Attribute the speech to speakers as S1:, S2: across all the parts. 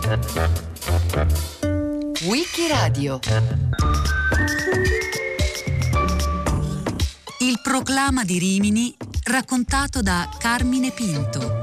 S1: Wikiradio.
S2: Il proclama di Rimini raccontato da Carmine Pinto.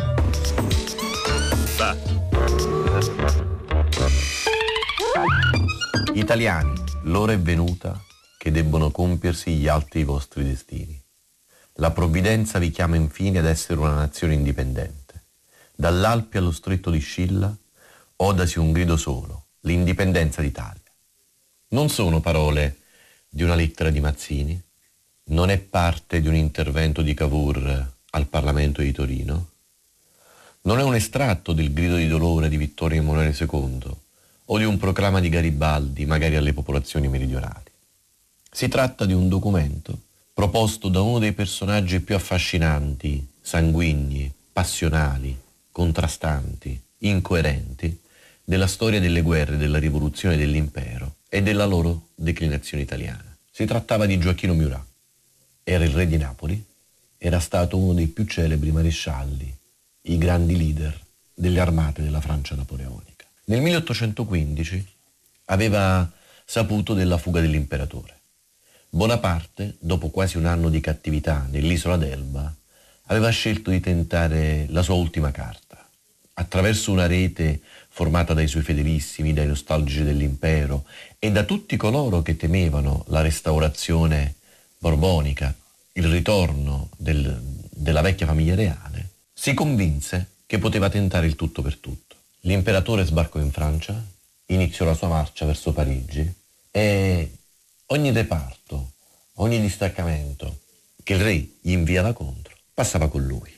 S3: Italiani, l'ora è venuta che debbono compiersi gli alti vostri destini. La provvidenza vi chiama infine ad essere una nazione indipendente. Dall'Alpi allo stretto di Scilla, odasi un grido solo, l'indipendenza d'Italia. Non sono parole di una lettera di Mazzini, non è parte di un intervento di Cavour al Parlamento di Torino, non è un estratto del grido di dolore di Vittorio Emanuele II o di un proclama di Garibaldi, magari alle popolazioni meridionali. Si tratta di un documento proposto da uno dei personaggi più affascinanti, sanguigni, passionali, contrastanti, incoerenti della storia delle guerre, della rivoluzione dell'impero e della loro declinazione italiana. Si trattava di Gioachino Murat. Era il re di Napoli, era stato uno dei più celebri marescialli, i grandi leader delle armate della Francia napoleonica. Nel 1815 aveva saputo della fuga dell'imperatore. Bonaparte, dopo quasi un anno di cattività nell'isola d'Elba, aveva scelto di tentare la sua ultima carta. Attraverso una rete formata dai suoi fedelissimi, dai nostalgici dell'impero e da tutti coloro che temevano la restaurazione borbonica, il ritorno della vecchia famiglia reale, si convinse che poteva tentare il tutto per tutto. L'imperatore sbarcò in Francia, iniziò la sua marcia verso Parigi e ogni reparto, ogni distaccamento che il re gli inviava contro, passava con lui.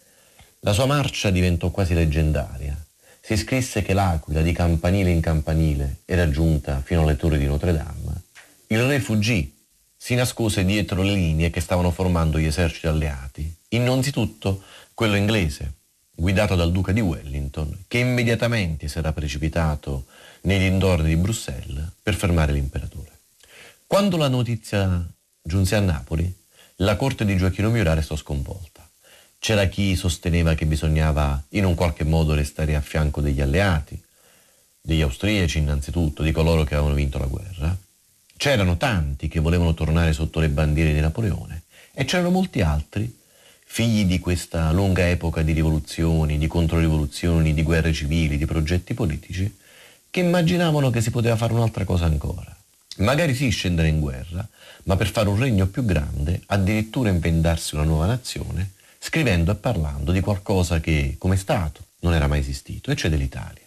S3: La sua marcia diventò quasi leggendaria. Si scrisse che l'Aquila, di campanile in campanile, era giunta fino alle torri di Notre Dame. Il re fuggì, si nascose dietro le linee che stavano formando gli eserciti alleati, innanzitutto quello inglese, guidato dal duca di Wellington, che immediatamente si era precipitato nei dintorni di Bruxelles per fermare l'imperatore. Quando la notizia giunse a Napoli, la corte di Gioachino Murat restò sconvolta. C'era chi sosteneva che bisognava in un qualche modo restare a fianco degli alleati, degli austriaci innanzitutto, di coloro che avevano vinto la guerra. C'erano tanti che volevano tornare sotto le bandiere di Napoleone e c'erano molti altri, figli di questa lunga epoca di rivoluzioni, di controrivoluzioni, di guerre civili, di progetti politici, che immaginavano che si poteva fare un'altra cosa ancora. Magari sì scendere in guerra, ma per fare un regno più grande, addirittura inventarsi una nuova nazione, scrivendo e parlando di qualcosa che, come Stato, non era mai esistito, e cioè dell'Italia.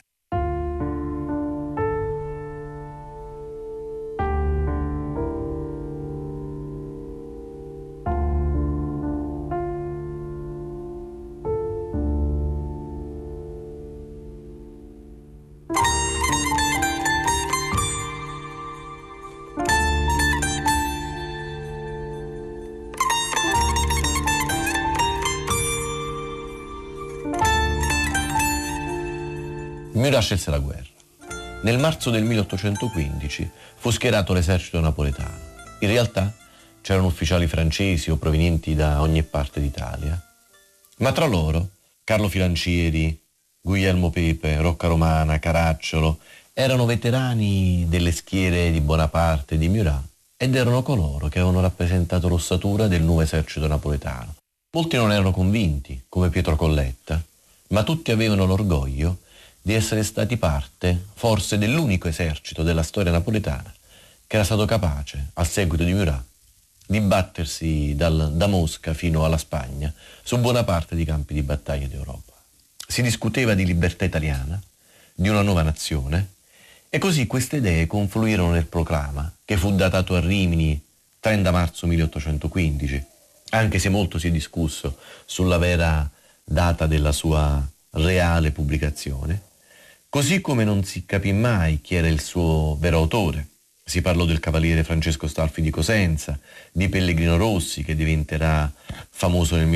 S3: Murat scelse la guerra. Nel marzo del 1815 fu schierato l'esercito napoletano. In realtà c'erano ufficiali francesi o provenienti da ogni parte d'Italia, ma tra loro Carlo Filancieri, Guglielmo Pepe, Rocca Romana, Caracciolo erano veterani delle schiere di Bonaparte e di Murat ed erano coloro che avevano rappresentato l'ossatura del nuovo esercito napoletano. Molti non erano convinti, come Pietro Colletta, ma tutti avevano l'orgoglio di essere stati parte, forse, dell'unico esercito della storia napoletana che era stato capace, al seguito di Murat, di battersi da Mosca fino alla Spagna su buona parte dei campi di battaglia d'Europa. Si discuteva di libertà italiana, di una nuova nazione, e così queste idee confluirono nel proclama, che fu datato a Rimini 30 marzo 1815, anche se molto si è discusso sulla vera data della sua reale pubblicazione. Così come non si capì mai chi era il suo vero autore. Si parlò del cavaliere Francesco Stalfi di Cosenza, di Pellegrino Rossi, che diventerà famoso nel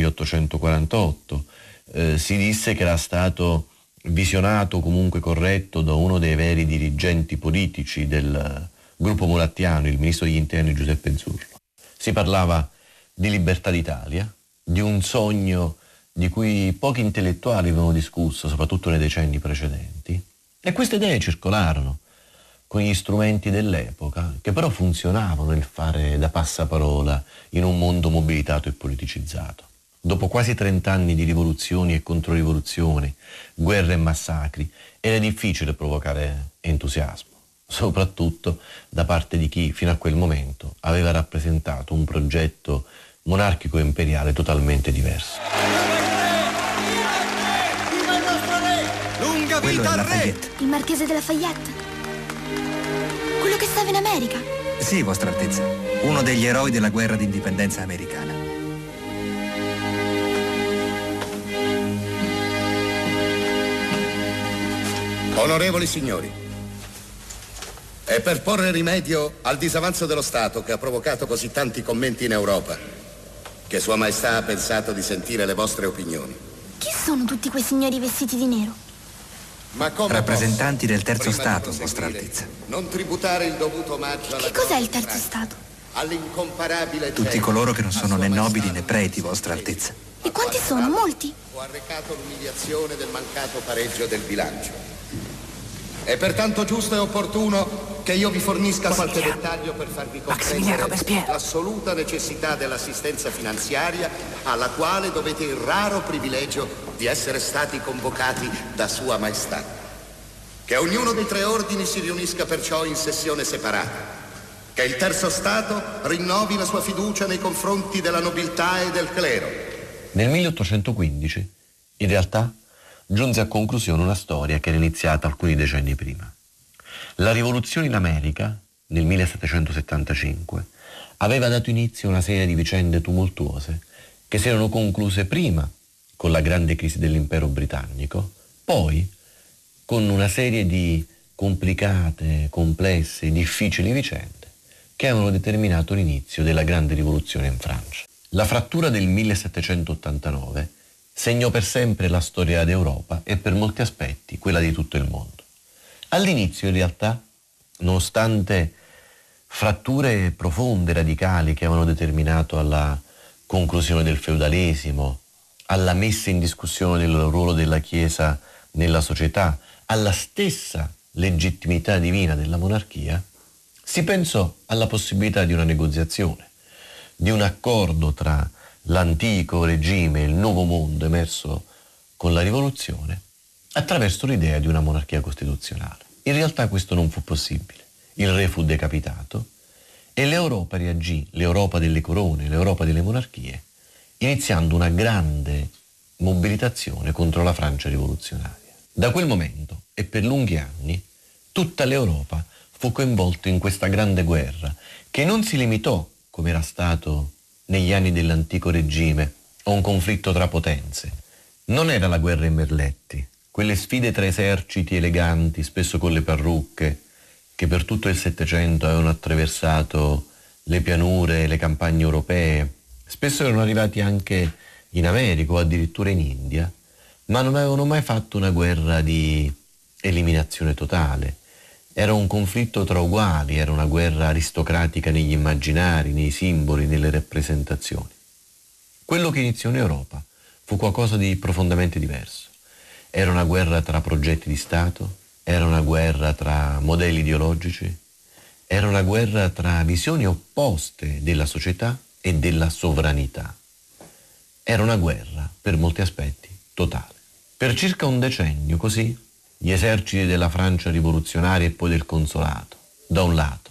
S3: 1848. Si disse che era stato visionato, comunque corretto, da uno dei veri dirigenti politici del gruppo murattiano, il ministro degli interni Giuseppe Insurlo. Si parlava di libertà d'Italia, di un sogno di cui pochi intellettuali avevano discusso, soprattutto nei decenni precedenti, E queste idee circolarono con gli strumenti dell'epoca, che però funzionavano nel fare da passaparola in un mondo mobilitato e politicizzato. Dopo quasi 30 anni di rivoluzioni e controrivoluzioni, guerre e massacri, era difficile provocare entusiasmo, soprattutto da parte di chi fino a quel momento aveva rappresentato un progetto monarchico e imperiale totalmente diverso.
S1: Viva il nostro re! Lunga vita al re!
S4: Il marchese de Lafayette? Quello che stava in America?
S5: Sì, Vostra Altezza. Uno degli eroi della guerra d'indipendenza americana.
S6: Onorevoli signori, è per porre rimedio al disavanzo dello Stato che ha provocato così tanti commenti in Europa che Sua Maestà ha pensato di sentire le vostre opinioni.
S4: Chi sono tutti quei signori vestiti di nero?
S6: Ma come
S5: rappresentanti del terzo
S6: prima
S5: Stato,
S6: di
S5: Vostra
S6: proseguire,
S5: Altezza.
S6: non tributare il dovuto omaggio alla
S4: Che cos'è il
S6: gloria
S4: terzo
S6: sacra,
S4: Stato?
S6: all'incomparabile
S5: Tutti
S6: genio,
S5: coloro che non
S6: a
S5: sono
S6: Sua
S5: né
S6: Maestà
S5: nobili né preti,
S6: Luigi
S5: Vostra
S6: XVI,
S5: Altezza.
S4: E quanti sono? Molti?
S6: Ho arrecato l'umiliazione del mancato pareggio del bilancio. È pertanto giusto e opportuno che io vi fornisca qualche dettaglio per farvi comprendere l'assoluta necessità dell'assistenza finanziaria alla quale dovete il raro privilegio di essere stati convocati da Sua Maestà. Che ognuno dei tre ordini si riunisca perciò in sessione separata. Che il terzo Stato rinnovi la sua fiducia nei confronti della nobiltà e del clero.
S3: Nel 1815, in realtà, giunse a conclusione una storia che era iniziata alcuni decenni prima. La rivoluzione in America, nel 1775, aveva dato inizio a una serie di vicende tumultuose che si erano concluse prima con la grande crisi dell'impero britannico, poi con una serie di complicate, complesse, difficili vicende che avevano determinato l'inizio della grande rivoluzione in Francia. La frattura del 1789 segnò per sempre la storia d'Europa e per molti aspetti quella di tutto il mondo. All'inizio, in realtà, nonostante fratture profonde, radicali, che avevano determinato alla conclusione del feudalesimo, alla messa in discussione del ruolo della Chiesa nella società, alla stessa legittimità divina della monarchia, si pensò alla possibilità di una negoziazione, di un accordo tra l'antico regime e il nuovo mondo emerso con la rivoluzione attraverso l'idea di una monarchia costituzionale. In realtà questo non fu possibile. Il re fu decapitato e l'Europa reagì, l'Europa delle corone, l'Europa delle monarchie, iniziando una grande mobilitazione contro la Francia rivoluzionaria. Da quel momento e per lunghi anni tutta l'Europa fu coinvolta in questa grande guerra che non si limitò, come era stato negli anni dell'antico regime, a un conflitto tra potenze. Non era la guerra ai merletti, quelle sfide tra eserciti eleganti, spesso con le parrucche, che per tutto il Settecento avevano attraversato le pianure e le campagne europee, spesso erano arrivati anche in America o addirittura in India, ma non avevano mai fatto una guerra di eliminazione totale. Era un conflitto tra uguali, era una guerra aristocratica negli immaginari, nei simboli, nelle rappresentazioni. Quello che iniziò in Europa fu qualcosa di profondamente diverso. Era una guerra tra progetti di Stato, era una guerra tra modelli ideologici, era una guerra tra visioni opposte della società e della sovranità. Era una guerra, per molti aspetti, totale. Per circa un decennio, così, gli eserciti della Francia rivoluzionaria e poi del consolato, da un lato,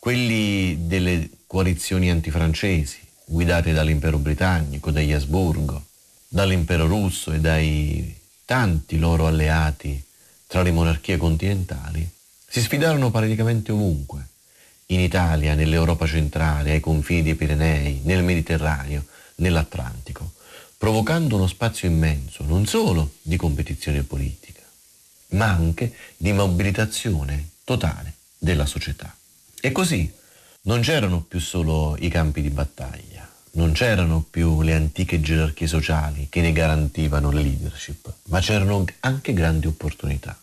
S3: quelli delle coalizioni antifrancesi, guidate dall'impero britannico, dagli Asburgo, dall'impero russo e dai tanti loro alleati tra le monarchie continentali, si sfidarono praticamente ovunque, in Italia, nell'Europa centrale, ai confini dei Pirenei, nel Mediterraneo, nell'Atlantico, provocando uno spazio immenso, non solo di competizione politica, ma anche di mobilitazione totale della società. E così non c'erano più solo i campi di battaglia, non c'erano più le antiche gerarchie sociali che ne garantivano le leadership, ma c'erano anche grandi opportunità.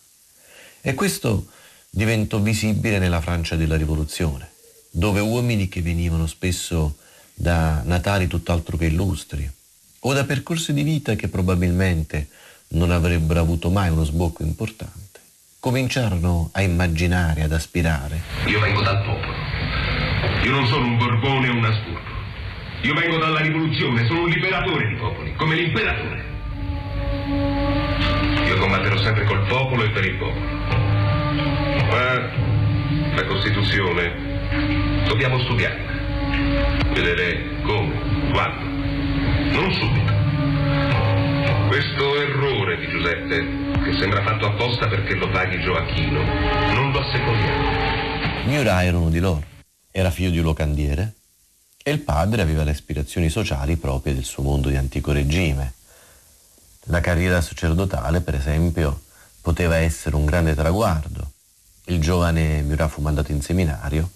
S3: E questo diventò visibile nella Francia della Rivoluzione, dove uomini che venivano spesso da natali tutt'altro che illustri, o da percorsi di vita che probabilmente non avrebbero avuto mai uno sbocco importante, cominciarono a immaginare, ad aspirare.
S7: Io vengo dal popolo. Io non sono un Borbone o un Asburgo. Io vengo dalla rivoluzione, sono un liberatore di popoli, come l'imperatore. Io combatterò sempre col popolo e per il popolo. Ma la Costituzione dobbiamo studiarla, vedere come, quando, non subito. Questo errore di Giuseppe, che sembra fatto apposta perché lo paghi Gioacchino, non lo assecoliamo.
S3: Murat era uno di loro, era figlio di un locandiere e il padre aveva le aspirazioni sociali proprie del suo mondo di antico regime. La carriera sacerdotale, per esempio, poteva essere un grande traguardo. Il giovane Murat fu mandato in seminario,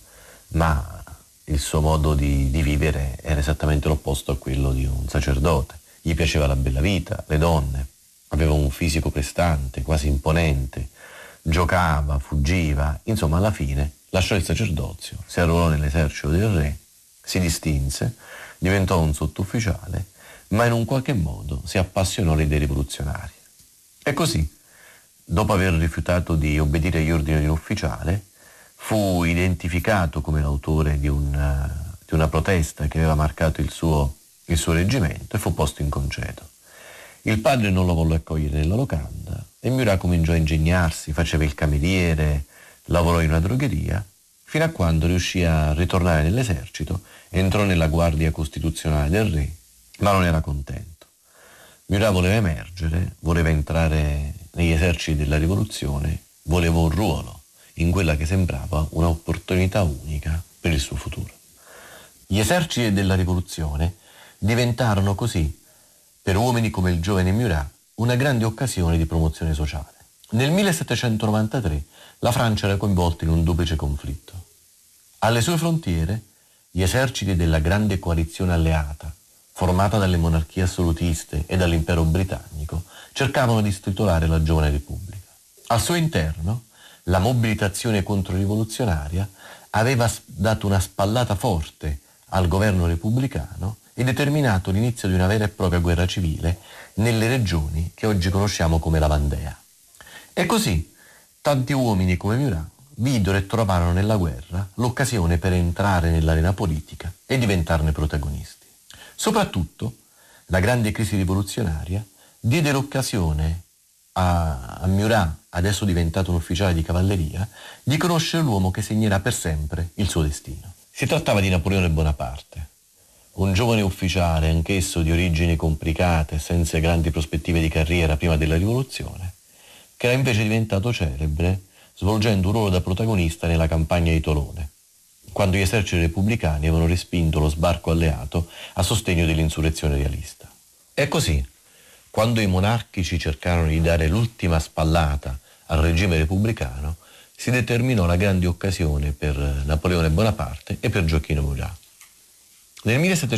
S3: ma il suo modo di vivere era esattamente l'opposto a quello di un sacerdote. Gli piaceva la bella vita, le donne, aveva un fisico prestante, quasi imponente, giocava, fuggiva, insomma alla fine lasciò il sacerdozio, si arruolò nell'esercito del re, si distinse, diventò un sottufficiale, ma in un qualche modo si appassionò alle idee rivoluzionarie. E così, dopo aver rifiutato di obbedire agli ordini di un ufficiale, fu identificato come l'autore di una protesta che aveva marcato il suo reggimento e fu posto in congedo. Il padre non lo volle accogliere nella locanda e Murat cominciò a ingegnarsi, faceva il cameriere, lavorò in una drogheria, fino a quando riuscì a ritornare nell'esercito, entrò nella guardia costituzionale del re, ma non era contento. Murat voleva emergere, voleva entrare negli eserciti della rivoluzione, voleva un ruolo in quella che sembrava un'opportunità unica per il suo futuro. Gli eserciti della rivoluzione diventarono così, per uomini come il giovane Murat, una grande occasione di promozione sociale. Nel 1793 la Francia era coinvolta in un duplice conflitto. Alle sue frontiere, gli eserciti della grande coalizione alleata, formata dalle monarchie assolutiste e dall'impero britannico, cercavano di stritolare la giovane Repubblica. Al suo interno, la mobilitazione controrivoluzionaria aveva dato una spallata forte al governo repubblicano e determinato l'inizio di una vera e propria guerra civile nelle regioni che oggi conosciamo come la Vandea. E così tanti uomini come Murat videro e trovarono nella guerra l'occasione per entrare nell'arena politica e diventarne protagonisti. Soprattutto la grande crisi rivoluzionaria diede l'occasione a Murat, adesso diventato un ufficiale di cavalleria, di conoscere l'uomo che segnerà per sempre il suo destino. Si trattava di Napoleone Bonaparte, un giovane ufficiale, anch'esso di origini complicate, senza grandi prospettive di carriera prima della rivoluzione, che era invece diventato celebre svolgendo un ruolo da protagonista nella campagna di Tolone, quando gli eserciti repubblicani avevano respinto lo sbarco alleato a sostegno dell'insurrezione realista. E così, quando i monarchici cercarono di dare l'ultima spallata al regime repubblicano, si determinò la grande occasione per Napoleone Bonaparte e per Gioacchino Murat. Nel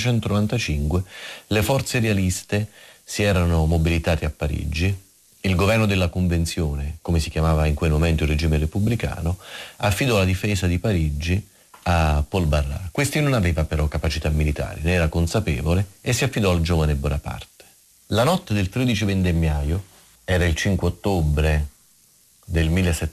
S3: 1795 le forze realiste si erano mobilitate a Parigi. Il governo della Convenzione, come si chiamava in quel momento il regime repubblicano, affidò la difesa di Parigi a Paul Barras. Questi non aveva però capacità militari, ne era consapevole e si affidò al giovane Bonaparte. La notte del 13 vendemmiaio, era il 5 ottobre del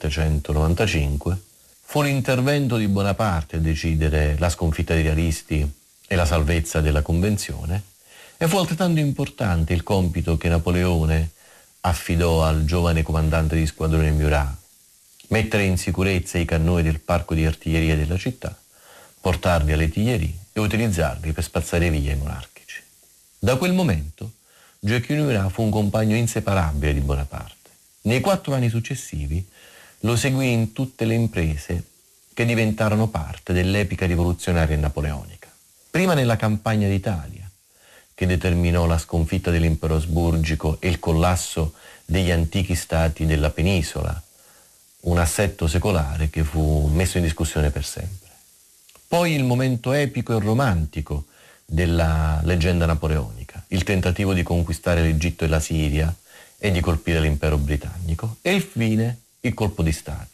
S3: 1795, fu l'intervento di Bonaparte a decidere la sconfitta dei realisti e la salvezza della Convenzione, e fu altrettanto importante il compito che Napoleone affidò al giovane comandante di squadrone Murat: mettere in sicurezza i cannoni del parco di artiglieria della città, portarli alle tiglierie e utilizzarli per spazzare via i monarchici. Da quel momento Gioacchino Murat fu un compagno inseparabile di Bonaparte. Nei 4 anni successivi lo seguì in tutte le imprese che diventarono parte dell'epica rivoluzionaria napoleonica. Prima nella campagna d'Italia, che determinò la sconfitta dell'impero asburgico e il collasso degli antichi stati della penisola, un assetto secolare che fu messo in discussione per sempre. Poi il momento epico e romantico della leggenda napoleonica, il tentativo di conquistare l'Egitto e la Siria e di colpire l'impero britannico, e infine il colpo di Stato,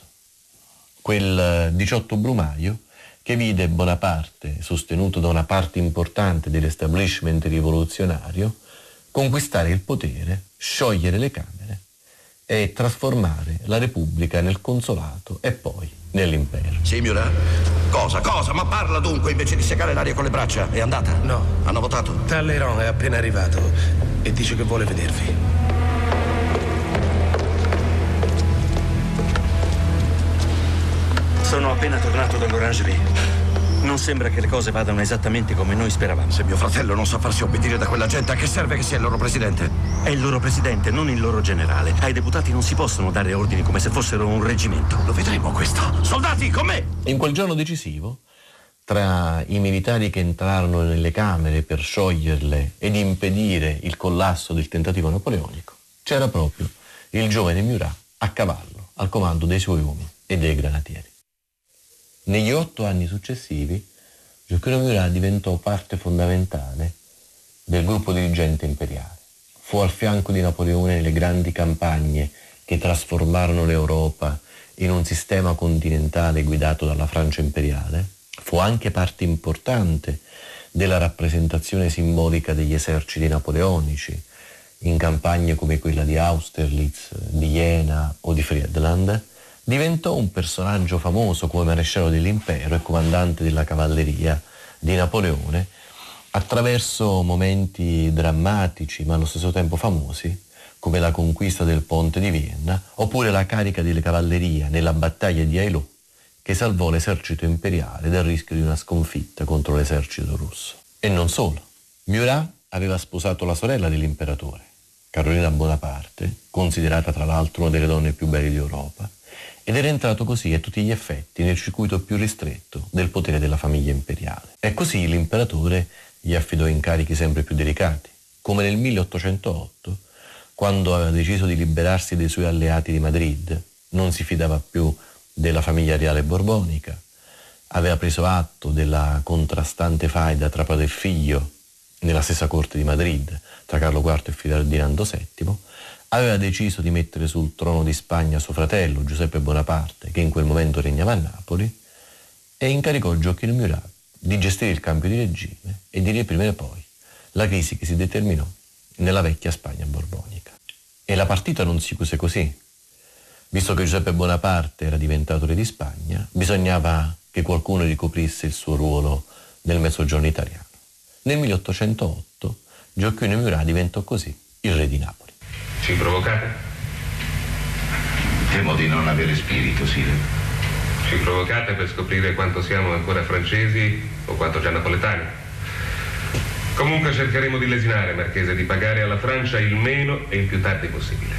S3: quel 18 brumaio che vide Bonaparte, sostenuto da una parte importante dell'establishment rivoluzionario, conquistare il potere, sciogliere le Camere e trasformare la Repubblica nel consolato e poi nell'impero.
S8: Sì, Murat? Cosa? Ma parla dunque, invece di segare l'aria con le braccia. È andata?
S9: No.
S8: Hanno votato?
S9: Talleyrand è appena arrivato e dice che vuole vedervi.
S10: Sono appena tornato dall'Orangerie. Non sembra che le cose vadano esattamente come noi speravamo.
S8: Se mio fratello non sa farsi obbedire da quella gente, a che serve che sia il loro presidente?
S10: È il loro presidente, non il loro generale. Ai deputati non si possono dare ordini come se fossero un reggimento.
S8: Lo vedremo questo. Soldati, con me!
S3: In quel giorno decisivo, tra i militari che entrarono nelle Camere per scioglierle ed impedire il collasso del tentativo napoleonico, c'era proprio il giovane Murat a cavallo, al comando dei suoi uomini e dei granatieri. Negli 8 anni successivi, Gioacchino Murat diventò parte fondamentale del gruppo dirigente imperiale. Fu al fianco di Napoleone nelle grandi campagne che trasformarono l'Europa in un sistema continentale guidato dalla Francia imperiale. Fu anche parte importante della rappresentazione simbolica degli eserciti napoleonici in campagne come quella di Austerlitz, di Jena o di Friedland. Diventò un personaggio famoso come maresciallo dell'impero e comandante della cavalleria di Napoleone attraverso momenti drammatici ma allo stesso tempo famosi come la conquista del ponte di Vienna oppure la carica della cavalleria nella battaglia di Eylau che salvò l'esercito imperiale dal rischio di una sconfitta contro l'esercito russo. E non solo. Murat aveva sposato la sorella dell'imperatore, Carolina Bonaparte, considerata tra l'altro una delle donne più belle d'Europa, ed era entrato così a tutti gli effetti nel circuito più ristretto del potere della famiglia imperiale. E così l'imperatore gli affidò incarichi sempre più delicati, come nel 1808, quando aveva deciso di liberarsi dei suoi alleati di Madrid, non si fidava più della famiglia reale borbonica, aveva preso atto della contrastante faida tra padre e figlio nella stessa corte di Madrid, tra Carlo IV e Ferdinando VII, aveva deciso di mettere sul trono di Spagna suo fratello Giuseppe Bonaparte, che in quel momento regnava a Napoli, e incaricò Gioacchino Murat di gestire il cambio di regime e di reprimere poi la crisi che si determinò nella vecchia Spagna borbonica. E la partita non si chiuse così. Visto che Giuseppe Bonaparte era diventato re di Spagna, bisognava che qualcuno ricoprisse il suo ruolo nel Mezzogiorno italiano. Nel 1808 Gioacchino Murat diventò così il re di Napoli.
S7: Ci provocate?
S11: Temo di non avere spirito, Sire.
S7: Ci provocate per scoprire quanto siamo ancora francesi o quanto già napoletani. Comunque cercheremo di lesinare, Marchese, di pagare alla Francia il meno e il più tardi possibile.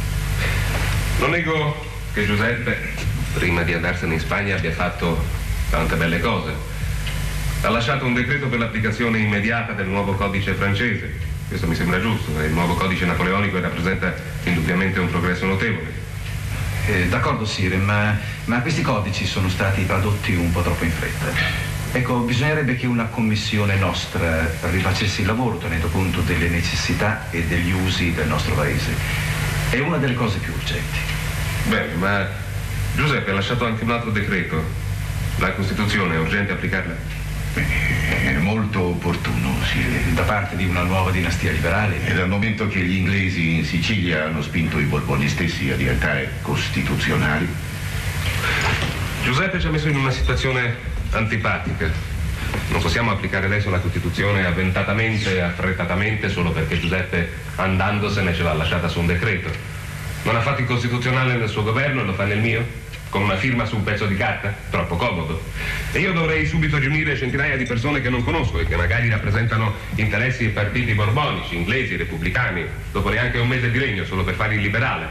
S7: Non nego che Giuseppe, prima di andarsene in Spagna, abbia fatto tante belle cose. Ha lasciato un decreto per l'applicazione immediata del nuovo codice francese. Questo mi sembra giusto, e il nuovo codice napoleonico rappresenta indubbiamente un progresso notevole.
S11: D'accordo, Sire, ma questi codici sono stati tradotti un po' troppo in fretta. Ecco, bisognerebbe che una commissione nostra rifacesse il lavoro tenendo conto delle necessità e degli usi del nostro paese. È una delle cose più urgenti.
S7: Beh, ma Giuseppe ha lasciato anche un altro decreto. La Costituzione è urgente applicarla?
S11: È molto opportuno, Sire. Da parte di una nuova dinastia liberale. E dal momento che gli inglesi in Sicilia hanno spinto i Borboni stessi a diventare costituzionali.
S7: Giuseppe ci ha messo in una situazione antipatica. Non possiamo applicare adesso la Costituzione avventatamente e affrettatamente solo perché Giuseppe, andandosene, ce l'ha lasciata su un decreto. Non ha fatto il costituzionale nel suo governo e lo fa nel mio? Con una firma su un pezzo di carta? Troppo comodo. E io dovrei subito riunire centinaia di persone che non conosco e che magari rappresentano interessi e partiti borbonici, inglesi, repubblicani, dopo neanche un mese di regno, solo per fare il liberale.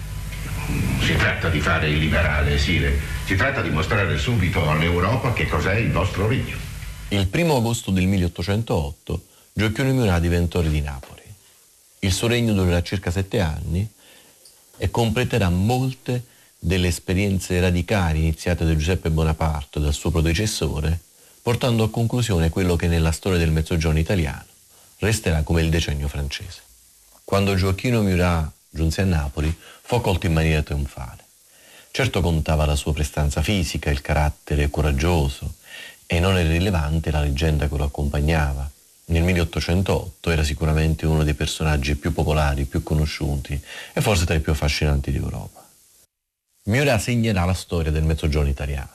S11: Si tratta di fare il liberale, Sire. Si tratta di mostrare subito all'Europa che cos'è il vostro regno.
S3: Il 1 agosto del 1808 Gioacchino Murat diventò re di Napoli. Il suo regno durerà circa 7 anni e completerà molte delle esperienze radicali iniziate da Giuseppe Bonaparte, dal suo predecessore, portando a conclusione quello che nella storia del Mezzogiorno italiano resterà come il decennio francese. Quando Gioacchino Murat giunse a Napoli, fu accolto in maniera trionfale. Certo contava la sua prestanza fisica, il carattere coraggioso, e non era irrilevante la leggenda che lo accompagnava, nel 1808 era sicuramente uno dei personaggi più popolari, più conosciuti e forse tra i più affascinanti d'Europa. Murat segnerà la storia del Mezzogiorno italiano.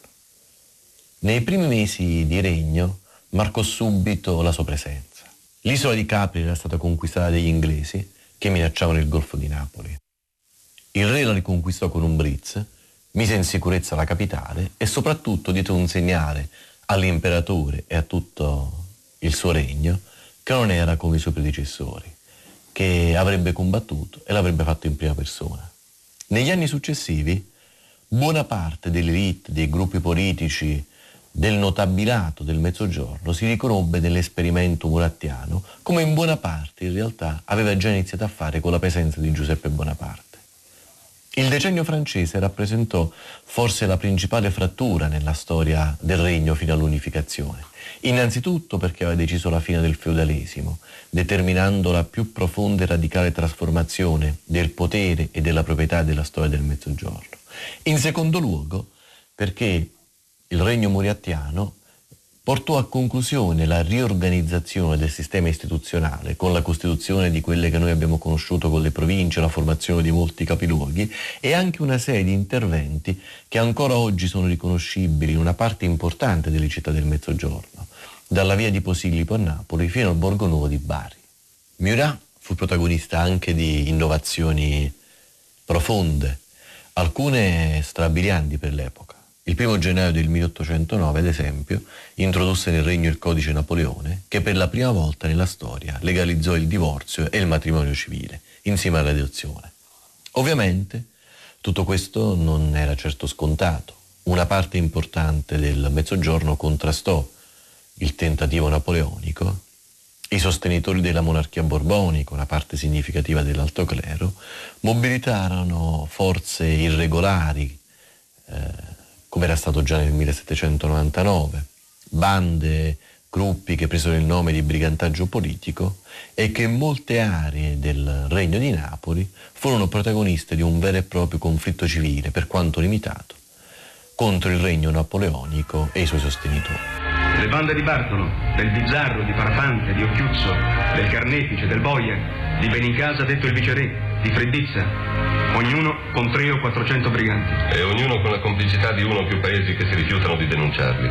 S3: Nei primi mesi di regno marcò subito la sua presenza. L'isola di Capri era stata conquistata dagli inglesi che minacciavano il Golfo di Napoli. Il re la riconquistò con un blitz, mise in sicurezza la capitale e soprattutto diede un segnale all'imperatore e a tutto il suo regno che non era come i suoi predecessori, che avrebbe combattuto e l'avrebbe fatto in prima persona. Negli anni successivi, buona parte dell'elite, dei gruppi politici, del notabilato del Mezzogiorno si riconobbe nell'esperimento murattiano, come in buona parte in realtà aveva già iniziato a fare con la presenza di Giuseppe Bonaparte. Il decennio francese rappresentò forse la principale frattura nella storia del regno fino all'unificazione, innanzitutto perché aveva deciso la fine del feudalesimo, determinando la più profonda e radicale trasformazione del potere e della proprietà della storia del Mezzogiorno. In secondo luogo perché il regno murattiano portò a conclusione la riorganizzazione del sistema istituzionale con la costituzione di quelle che noi abbiamo conosciuto con le province, la formazione di molti capiluoghi e anche una serie di interventi che ancora oggi sono riconoscibili in una parte importante delle città del Mezzogiorno, dalla via di Posillipo a Napoli fino al Borgo Nuovo di Bari. Murat fu protagonista anche di innovazioni profonde, alcune strabilianti per l'epoca. Il 1 gennaio del 1809, ad esempio, introdusse nel regno il codice Napoleone, che per la prima volta nella storia legalizzò il divorzio e il matrimonio civile, insieme all'adozione. Ovviamente, tutto questo non era certo scontato. Una parte importante del Mezzogiorno contrastò il tentativo napoleonico. I sostenitori della monarchia borbonica, una parte significativa dell'alto clero, mobilitarono forze irregolari, come era stato già nel 1799, bande, gruppi che presero il nome di brigantaggio politico e che in molte aree del Regno di Napoli furono protagoniste di un vero e proprio conflitto civile, per quanto limitato, contro il regno napoleonico e i suoi sostenitori.
S12: Le bande di Bartolo, del Bizzarro, di Parafante, di Occhiuzzo, del Carnefice, del Boia, di Benincasa detto il viceré, di Freddizza, ognuno con 300 o 400 briganti.
S7: E ognuno con la complicità di uno o più paesi che si rifiutano di denunciarli.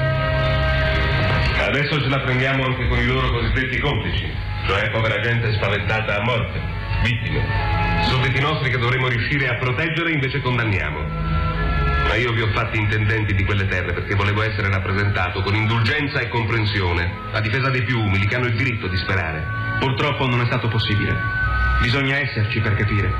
S7: Adesso ce la prendiamo anche con i loro cosiddetti complici, cioè povera gente spaventata a morte, vittime, sudditi nostri che dovremmo riuscire a proteggere invece condanniamo. Ma io vi ho fatti intendenti di quelle terre perché volevo essere rappresentato con indulgenza e comprensione, a difesa dei più umili che hanno il diritto di sperare.
S12: Purtroppo non è stato possibile. Bisogna esserci per capire.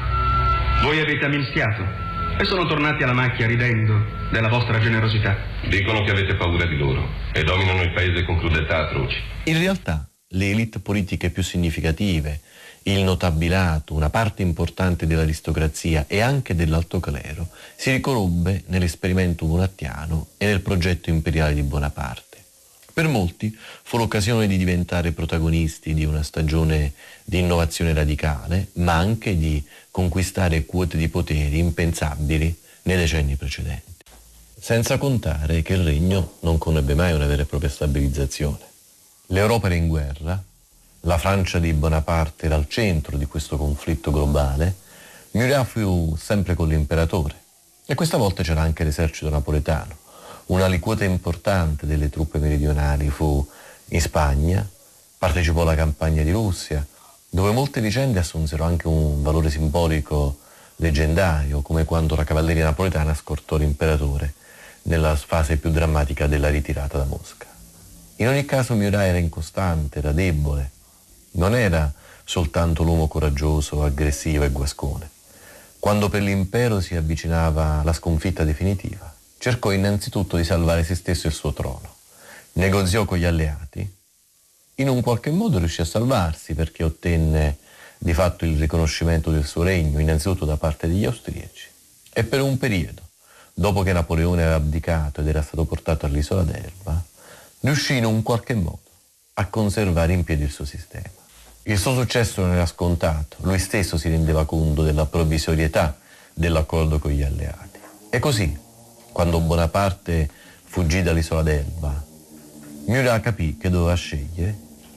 S12: Voi avete amnischiato e sono tornati alla macchia ridendo della vostra generosità.
S7: Dicono che avete paura di loro e dominano il paese con crudeltà atroci.
S3: In realtà le elite politiche più significative, il notabilato, una parte importante dell'aristocrazia e anche dell'alto clero si riconobbe nell'esperimento murattiano e nel progetto imperiale di Bonaparte. Per molti fu l'occasione di diventare protagonisti di una stagione di innovazione radicale, ma anche di conquistare quote di poteri impensabili nei decenni precedenti. Senza contare che il regno non conobbe mai una vera e propria stabilizzazione. L'Europa era in guerra, la Francia di Bonaparte era al centro di questo conflitto globale, Murat fu sempre con l'imperatore e questa volta c'era anche l'esercito napoletano. Una aliquota importante delle truppe meridionali fu in Spagna, partecipò alla campagna di Russia, dove molte vicende assunsero anche un valore simbolico leggendario, come quando la cavalleria napoletana scortò l'imperatore nella fase più drammatica della ritirata da Mosca. In ogni caso Murat era incostante, era debole, non era soltanto l'uomo coraggioso, aggressivo e guascone. Quando per l'impero si avvicinava la sconfitta definitiva, cercò innanzitutto di salvare se stesso e il suo trono. Negoziò con gli alleati, in un qualche modo riuscì a salvarsi perché ottenne di fatto il riconoscimento del suo regno, innanzitutto da parte degli austriaci, e per un periodo, dopo che Napoleone aveva abdicato ed era stato portato all'isola d'Elba, riuscì in un qualche modo a conservare in piedi il suo sistema. Il suo successo non era scontato, lui stesso si rendeva conto della provvisorietà dell'accordo con gli alleati. E così, quando Bonaparte fuggì dall'isola d'Elba, Murat capì che doveva scegliere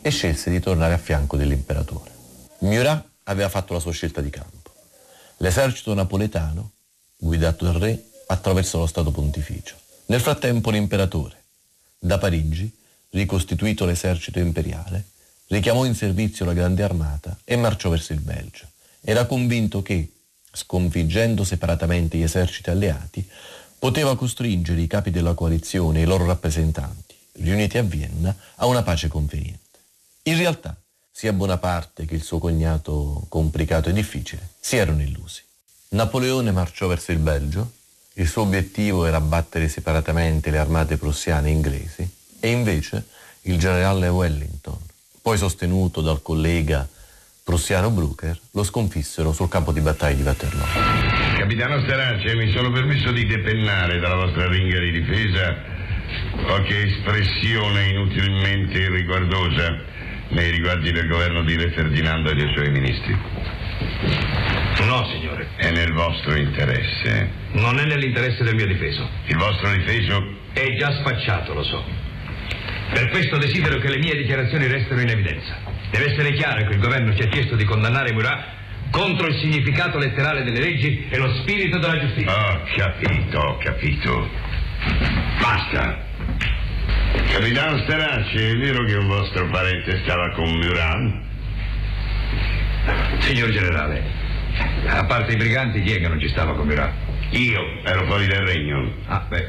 S3: e scelse di tornare a fianco dell'imperatore. Murat aveva fatto la sua scelta di campo. L'esercito napoletano, guidato dal re, attraversò lo Stato Pontificio. Nel frattempo l'imperatore, da Parigi, ricostituito l'esercito imperiale, richiamò in servizio la grande armata e marciò verso il Belgio. Era convinto che, sconfiggendo separatamente gli eserciti alleati, poteva costringere i capi della coalizione e i loro rappresentanti, riuniti a Vienna, a una pace conveniente. In realtà, sia Bonaparte che il suo cognato complicato e difficile si erano illusi. Napoleone marciò verso il Belgio, il suo obiettivo era battere separatamente le armate prussiane e inglesi, e invece il generale Wellington, poi sostenuto dal collega prussiano Blücher, lo sconfissero sul campo di battaglia di Waterloo.
S13: Capitano Starace, mi sono permesso di depennare dalla vostra ringa di difesa qualche espressione inutilmente irriguardosa nei riguardi del governo di Re Ferdinando e dei suoi ministri.
S12: No, signore.
S13: È nel vostro interesse.
S12: Non è nell'interesse del mio difeso.
S13: Il vostro difeso?
S12: È già spacciato, lo so. Per questo desidero che le mie dichiarazioni restino in evidenza. Deve essere chiaro che il governo ci ha chiesto di condannare Murat contro il significato letterale delle leggi e lo spirito della giustizia.
S13: Ho capito. Basta. Capitano Starace, è vero che un vostro parente stava con Murat?
S12: Signor generale, a parte i briganti, chi è che non ci stava con Murat?
S13: Io ero fuori dal regno.
S12: Ah, beh.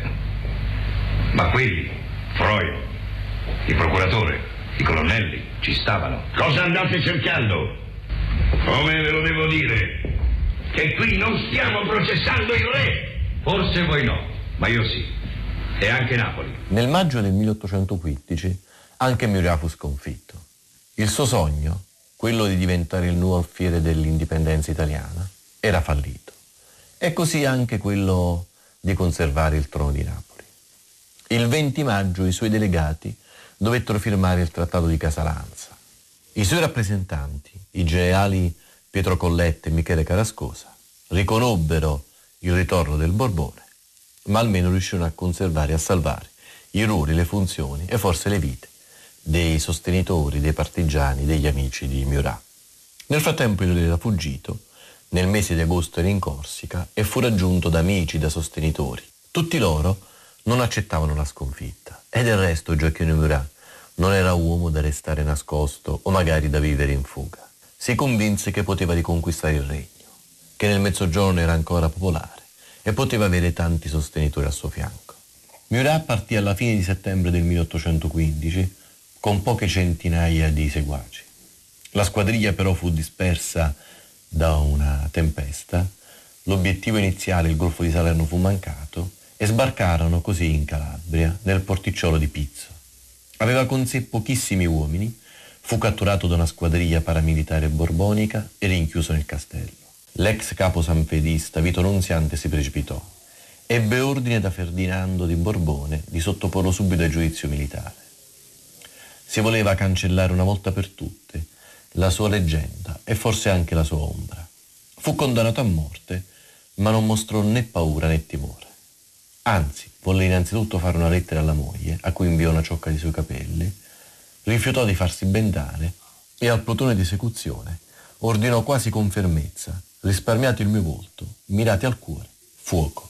S12: Ma quelli, Freud, il procuratore, i colonnelli, ci stavano.
S13: Cosa andate cercando? Come ve lo devo dire? Che qui non stiamo processando il re!
S12: Forse voi no, ma io sì. E anche Napoli.
S3: Nel maggio del 1815 anche Murat fu sconfitto. Il suo sogno, quello di diventare il nuovo alfiere dell'indipendenza italiana, era fallito. E così anche quello di conservare il trono di Napoli. Il 20 maggio i suoi delegati dovettero firmare il Trattato di Casalanza. I suoi rappresentanti, i generali Pietro Collette e Michele Carascosa, riconobbero il ritorno del Borbone, ma almeno riuscirono a conservare e a salvare i ruoli, le funzioni e forse le vite dei sostenitori, dei partigiani, degli amici di Murat. Nel frattempo il re era fuggito, nel mese di agosto era in Corsica e fu raggiunto da amici, da sostenitori. Tutti loro non accettavano la sconfitta e del resto Gioacchino Murat non era uomo da restare nascosto o magari da vivere in fuga. Si convinse che poteva riconquistare il regno, che nel Mezzogiorno era ancora popolare e poteva avere tanti sostenitori al suo fianco. Murat partì alla fine di settembre del 1815 con poche centinaia di seguaci. La squadriglia però fu dispersa da una tempesta, l'obiettivo iniziale, il golfo di Salerno, fu mancato e sbarcarono così in Calabria, nel porticciolo di Pizzo. Aveva con sé pochissimi uomini, fu catturato da una squadriglia paramilitare borbonica e rinchiuso nel castello. L'ex capo sanfedista Vito Nunziante si precipitò. Ebbe ordine da Ferdinando di Borbone di sottoporlo subito a giudizio militare. Si voleva cancellare una volta per tutte la sua leggenda e forse anche la sua ombra. Fu condannato a morte, ma non mostrò né paura né timore. Anzi, volle innanzitutto fare una lettera alla moglie, a cui inviò una ciocca di suoi capelli, rifiutò di farsi bendare e al plotone di esecuzione ordinò quasi con fermezza: risparmiate il mio volto, mirate al cuore, fuoco.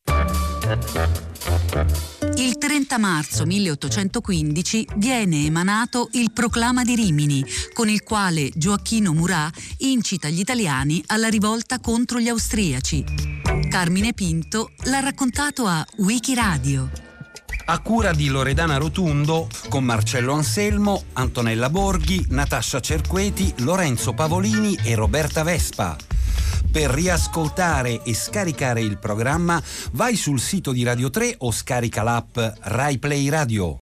S2: Il 30 marzo 1815 viene emanato il Proclama di Rimini, con il quale Gioacchino Murat incita gli italiani alla rivolta contro gli austriaci. Carmine Pinto l'ha raccontato a Wikiradio.
S14: A cura di Loredana Rotundo, con Marcello Anselmo, Antonella Borghi, Natascia Cerqueti, Lorenzo Pavolini e Roberta Vespa. Per riascoltare e scaricare il programma vai sul sito di Radio 3 o scarica l'app Rai Play Radio.